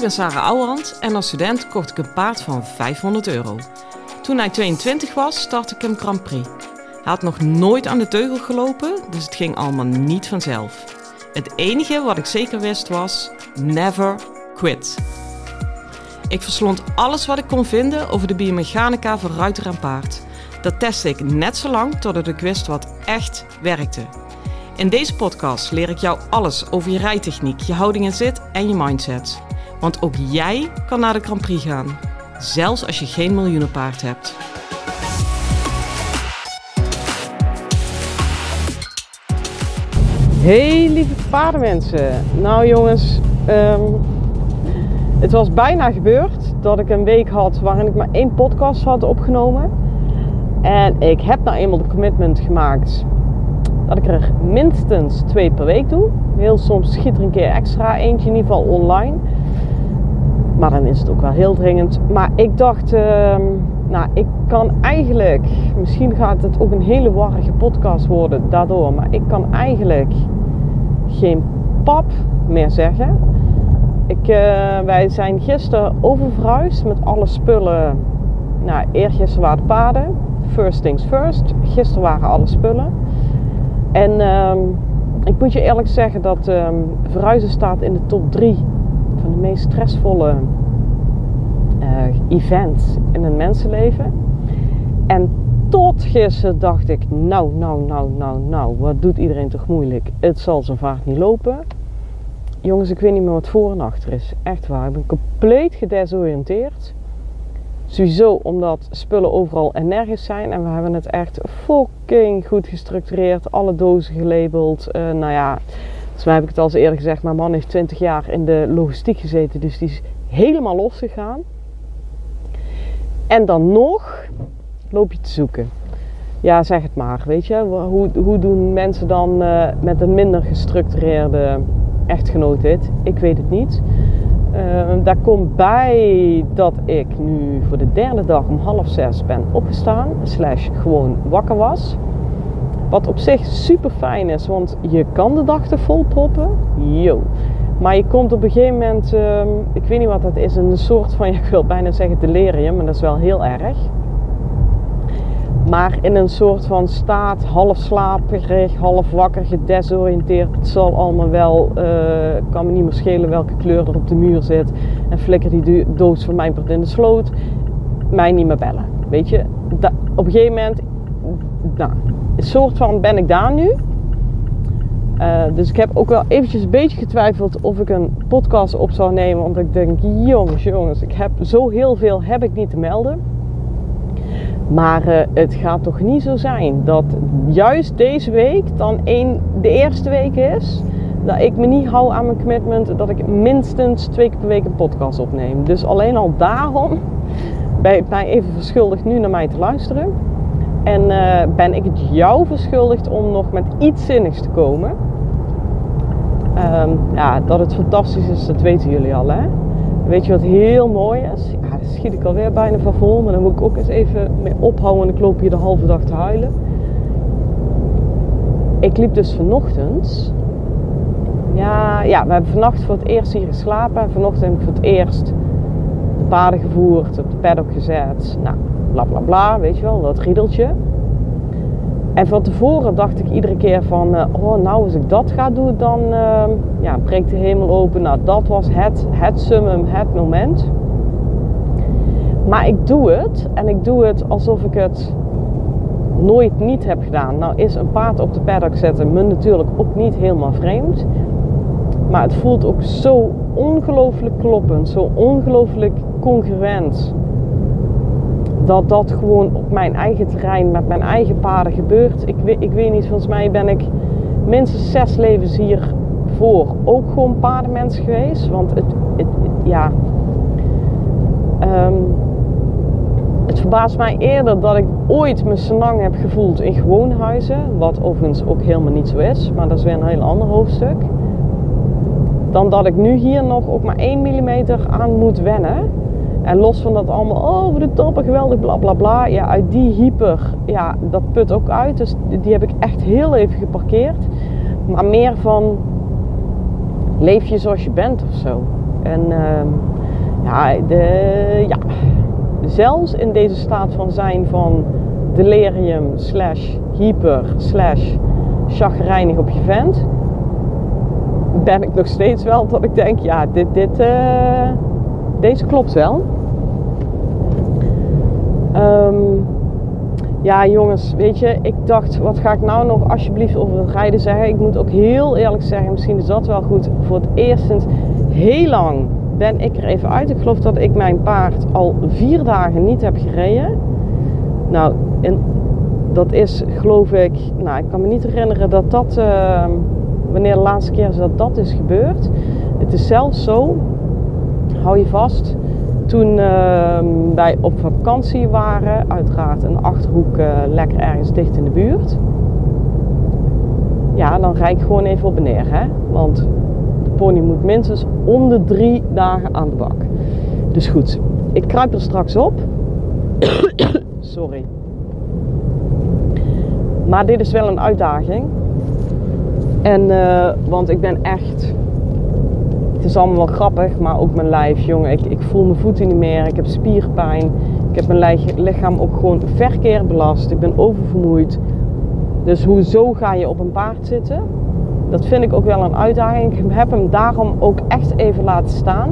ben Sarah Ouwehand en als student kocht ik een paard van €500. Toen hij 22 was, startte ik hem Grand Prix. Hij had nog nooit aan de teugel gelopen, dus het ging allemaal niet vanzelf. Het enige wat ik zeker wist was, never quit. Ik verslond alles wat ik kon vinden over de biomechanica van ruiter en paard. Dat testte ik net zo lang totdat ik wist wat echt werkte. In deze podcast leer ik jou alles over je rijtechniek, je houding en zit en je mindset. Want ook jij kan naar de Grand Prix gaan, zelfs als je geen miljoenenpaard hebt. Hey lieve paardenmensen. Nou jongens, het was bijna gebeurd dat ik een week had waarin ik maar 1 podcast had opgenomen. En ik heb nou eenmaal de commitment gemaakt dat ik er minstens 2 per week doe. Heel soms schiet er een keer extra eentje, in ieder geval online. Maar dan is het ook wel heel dringend. Maar ik dacht, ik kan eigenlijk, misschien gaat het ook een hele warrige podcast worden daardoor. Maar ik kan eigenlijk geen pap meer zeggen. Wij zijn gisteren oververhuisd met alle spullen. Nou, eergisteren waren de paarden. First things first. Gisteren waren alle spullen. En ik moet je eerlijk zeggen dat verhuizen staat in de top 3 van de meest stressvolle events in een mensenleven. En tot gisteren dacht ik, nou, wat doet iedereen toch moeilijk? Het zal zo vaak niet lopen. Jongens, ik weet niet meer wat voor en achter is. Echt waar, ik ben compleet gedesoriënteerd. Sowieso omdat spullen overal en nergens zijn. En we hebben het echt fucking goed gestructureerd. Alle dozen gelabeld. Volgens mij heb ik het al eens eerder gezegd. Mijn man heeft 20 jaar in de logistiek gezeten. Dus die is helemaal losgegaan. En dan nog loop je te zoeken. Ja, zeg het maar. Weet je, hoe doen mensen dan met een minder gestructureerde echtgenoot dit? Ik weet het niet. Daar komt bij dat ik nu voor de 3e dag om 5:30 ben opgestaan. / gewoon wakker was. Wat op zich super fijn is, want je kan de dag te vol proppen. Maar je komt op een gegeven moment, ik weet niet wat dat is, een soort van, ik wil bijna zeggen delirium, maar dat is wel heel erg. Maar in een soort van staat, half slaperig, half wakker, gedesoriënteerd. Het zal allemaal wel, kan me niet meer schelen welke kleur er op de muur zit. En flikker die doos van mijn part in de sloot. Mij niet meer bellen, weet je. Op een gegeven moment, een soort van ben ik daar nu. Dus ik heb ook wel eventjes een beetje getwijfeld of ik een podcast op zou nemen. Want ik denk, jongens, ik heb zo heel veel heb ik niet te melden. Maar het gaat toch niet zo zijn dat juist deze week dan de eerste week is dat ik me niet hou aan mijn commitment dat ik minstens 2 keer per week een podcast opneem. Dus alleen al daarom ben ik mij even verschuldigd nu naar mij te luisteren. En ben ik het jou verschuldigd om nog met iets zinnigs te komen. Dat het fantastisch is, dat weten jullie al, hè? Weet je wat heel mooi is? Ja, daar schiet ik alweer bijna van vol, maar dan moet ik ook eens even mee ophouden en ik loop hier de halve dag te huilen. Ik liep dus vanochtend. We hebben vannacht voor het eerst hier geslapen. Vanochtend heb ik voor het eerst de paarden gevoerd, op de paddock gezet. Nou, bla bla bla, weet je wel, dat riedeltje. En van tevoren dacht ik iedere keer van, als ik dat ga doen, dan breekt de hemel open. Nou, dat was het summum, het moment. Maar ik doe het en ik doe het alsof ik het nooit niet heb gedaan. Nou is een paard op de paddock zetten me natuurlijk ook niet helemaal vreemd. Maar het voelt ook zo ongelooflijk kloppend, zo ongelooflijk congruent. Dat gewoon op mijn eigen terrein, met mijn eigen paarden gebeurt. Ik weet niet, volgens mij ben ik minstens 6 levens hiervoor ook gewoon paardenmens geweest. Want het verbaast mij eerder dat ik ooit mijn senang heb gevoeld in gewone huizen. Wat overigens ook helemaal niet zo is, maar dat is weer een heel ander hoofdstuk. Dan dat ik nu hier nog ook maar 1 millimeter aan moet wennen. En los van dat allemaal, voor de toppen, geweldig, bla bla bla. Ja, uit die hyper, dat put ook uit. Dus die heb ik echt heel even geparkeerd. Maar meer van, leef je zoals je bent of zo. En zelfs in deze staat van zijn van delirium / hyper / chagrijnig op je vent, ben ik nog steeds wel dat ik denk, ja, deze klopt wel. Ja jongens, weet je, ik dacht, wat ga ik nou nog alsjeblieft over het rijden zeggen? Ik moet ook heel eerlijk zeggen, misschien is dat wel goed. Voor het eerst sinds heel lang ben ik er even uit. Ik geloof dat ik mijn paard al 4 dagen niet heb gereden. Nou, dat is geloof ik, ik kan me niet herinneren dat wanneer de laatste keer is dat is gebeurd. Het is zelfs zo, hou je vast, toen wij op vakantie waren, uiteraard een Achterhoek lekker ergens dicht in de buurt. Ja, dan rijd ik gewoon even op en neer, hè. Want de pony moet minstens om de 3 dagen aan de bak. Dus goed, ik kruip er straks op. Sorry. Maar dit is wel een uitdaging. En, want ik ben echt... Het is allemaal wel grappig, maar ook mijn lijf, jongen. Ik voel mijn voeten niet meer. Ik heb spierpijn. Ik heb mijn lichaam ook gewoon verkeerd belast. Ik ben oververmoeid. Dus hoezo ga je op een paard zitten? Dat vind ik ook wel een uitdaging. Ik heb hem daarom ook echt even laten staan.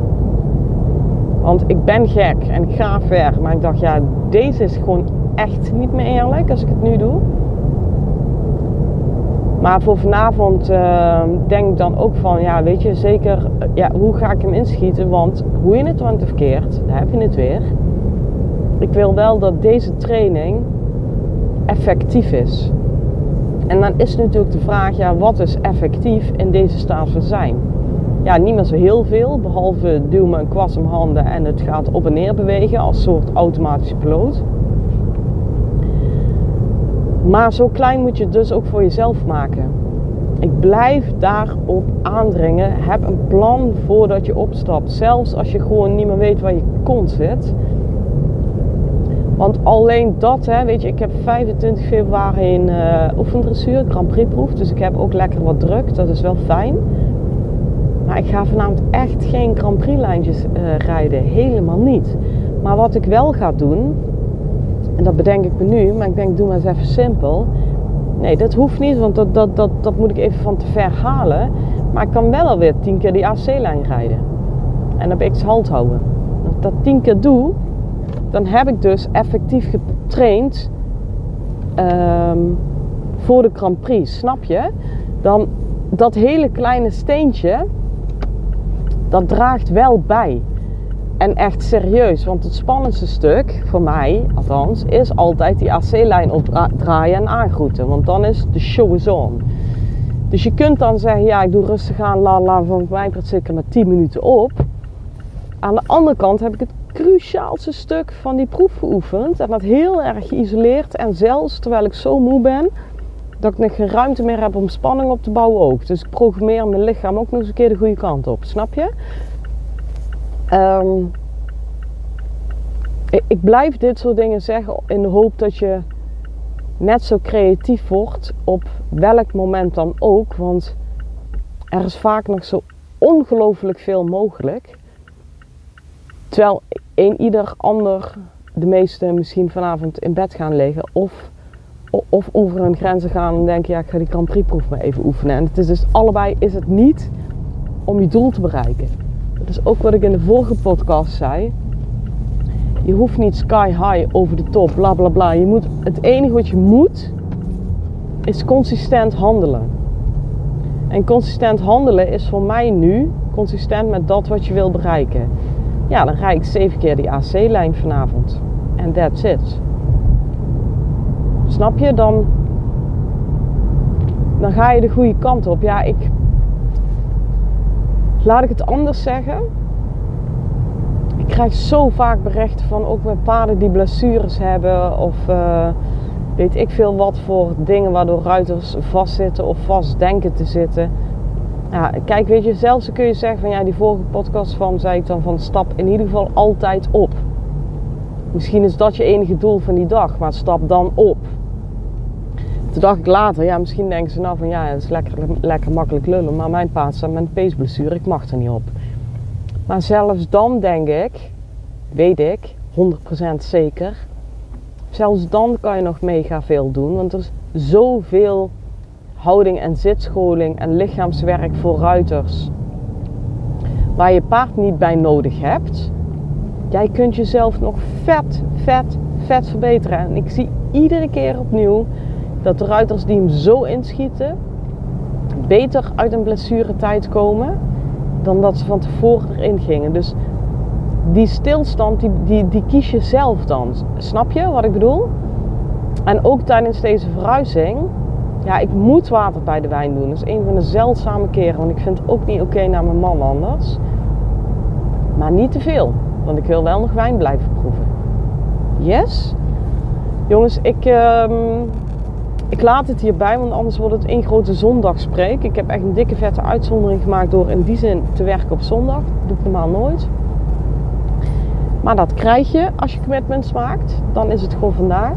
Want ik ben gek en ik ga ver. Maar ik dacht, ja, deze is gewoon echt niet meer eerlijk als ik het nu doe. Maar voor vanavond denk ik dan ook van, ja, weet je, zeker, ja, hoe ga ik hem inschieten? Want hoe je het went of keert, daar heb je het weer. Ik wil wel dat deze training effectief is. En dan is natuurlijk de vraag, ja, wat is effectief in deze staat van zijn? Ja, niet meer zo heel veel, behalve duw me een kwast om handen en het gaat op en neer bewegen als soort automatische piloot. Maar zo klein moet je het dus ook voor jezelf maken. Ik blijf daarop aandringen. Heb een plan voordat je opstapt. Zelfs als je gewoon niet meer weet waar je kont zit. Want alleen dat, hè, weet je, ik heb 25 februari een oefendressuur, Grand Prix proef. Dus ik heb ook lekker wat druk. Dat is wel fijn. Maar ik ga vanavond echt geen Grand Prix lijntjes rijden. Helemaal niet. Maar wat ik wel ga doen... En dat bedenk ik me nu, maar ik denk, doe maar eens even simpel. Nee, dat hoeft niet, want dat moet ik even van te ver halen. Maar ik kan wel alweer 10 keer die AC-lijn rijden. En dan heb ik het halt houden. Als ik dat 10 keer doe, dan heb ik dus effectief getraind voor de Grand Prix. Snap je? Dan dat hele kleine steentje, dat draagt wel bij. En echt serieus, want het spannendste stuk, voor mij althans, is altijd die AC-lijn opdraaien en aangroeten. Want dan is de show is on. Dus je kunt dan zeggen, ja, ik doe rustig aan, van mij zeker maar 10 minuten op. Aan de andere kant heb ik het cruciaalste stuk van die proef geoefend. En dat heel erg geïsoleerd. En zelfs terwijl ik zo moe ben, dat ik nog geen ruimte meer heb om spanning op te bouwen ook. Dus ik programmeer mijn lichaam ook nog eens een keer de goede kant op. Snap je? Ik blijf dit soort dingen zeggen in de hoop dat je net zo creatief wordt op welk moment dan ook. Want er is vaak nog zo ongelooflijk veel mogelijk. Terwijl ieder ander, de meesten misschien vanavond in bed gaan liggen. Of over hun grenzen gaan en denken, ja, ik ga die Grand Prix proef maar even oefenen. En het is dus allebei is het niet om je doel te bereiken. Dat is ook wat ik in de vorige podcast zei. Je hoeft niet sky high over de top, bla bla bla. Het enige wat je moet, is consistent handelen. En consistent handelen is voor mij nu consistent met dat wat je wil bereiken. Ja, dan rijd ik 7 keer die AC-lijn vanavond. En that's it. Snap je? Dan ga je de goede kant op. Ja, laat ik het anders zeggen. Ik krijg zo vaak berichten van ook met paarden die blessures hebben. Of weet ik veel wat voor dingen waardoor ruiters vastzitten of vast denken te zitten. Ja, kijk, weet je, zelfs kun je zeggen van ja, die vorige podcast zei ik dan van stap in ieder geval altijd op. Misschien is dat je enige doel van die dag, maar stap dan op. Toen dacht ik later, ja, misschien denken ze nou van ja, het is lekker makkelijk lullen, maar mijn paard staat met een peesblessure, ik mag er niet op. Maar zelfs dan denk ik, weet ik, 100% zeker, zelfs dan kan je nog mega veel doen. Want er is zoveel houding en zitscholing en lichaamswerk voor ruiters waar je paard niet bij nodig hebt. Jij kunt jezelf nog vet verbeteren. En ik zie iedere keer opnieuw dat de ruiters die hem zo inschieten beter uit een blessuretijd komen dan dat ze van tevoren erin gingen. Dus die stilstand, die kies je zelf dan. Snap je wat ik bedoel? En ook tijdens deze verhuizing, ja, ik moet water bij de wijn doen. Dat is een van de zeldzame keren, want ik vind het ook niet oké naar mijn man anders. Maar niet te veel, want ik wil wel nog wijn blijven proeven. Yes? Jongens, ik laat het hierbij, want anders wordt het één grote zondagspreek. Ik heb echt een dikke vette uitzondering gemaakt door in die zin te werken op zondag. Dat doe ik normaal nooit. Maar dat krijg je als je commitments maakt. Dan is het gewoon vandaag.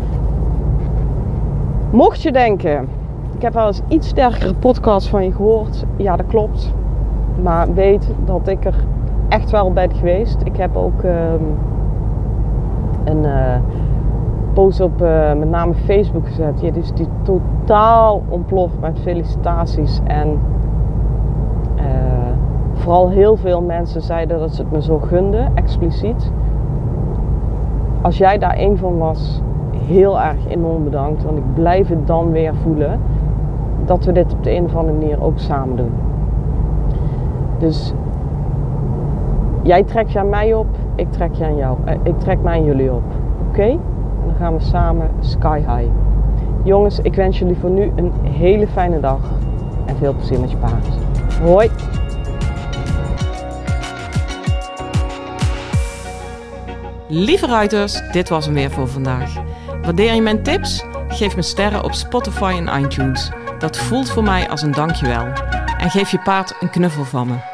Mocht je denken, ik heb wel eens iets sterkere podcasts van je gehoord. Ja, dat klopt. Maar weet dat ik er echt wel ben geweest. Ik heb ook een post op met name Facebook gezet. Ja, dus die totaal ontploft met felicitaties. En vooral heel veel mensen zeiden dat ze het me zo gunden, expliciet. Als jij daar één van was, heel erg enorm bedankt. Want ik blijf het dan weer voelen dat we dit op de een of andere manier ook samen doen. Dus jij trekt je aan mij op, ik trek je aan jou. Ik trek mij aan jullie op. Oké? En dan gaan we samen sky high. Jongens, ik wens jullie voor nu een hele fijne dag. En veel plezier met je paard. Hoi! Lieve ruiters, dit was hem weer voor vandaag. Waardeer je mijn tips? Geef me sterren op Spotify en iTunes. Dat voelt voor mij als een dankjewel. En geef je paard een knuffel van me.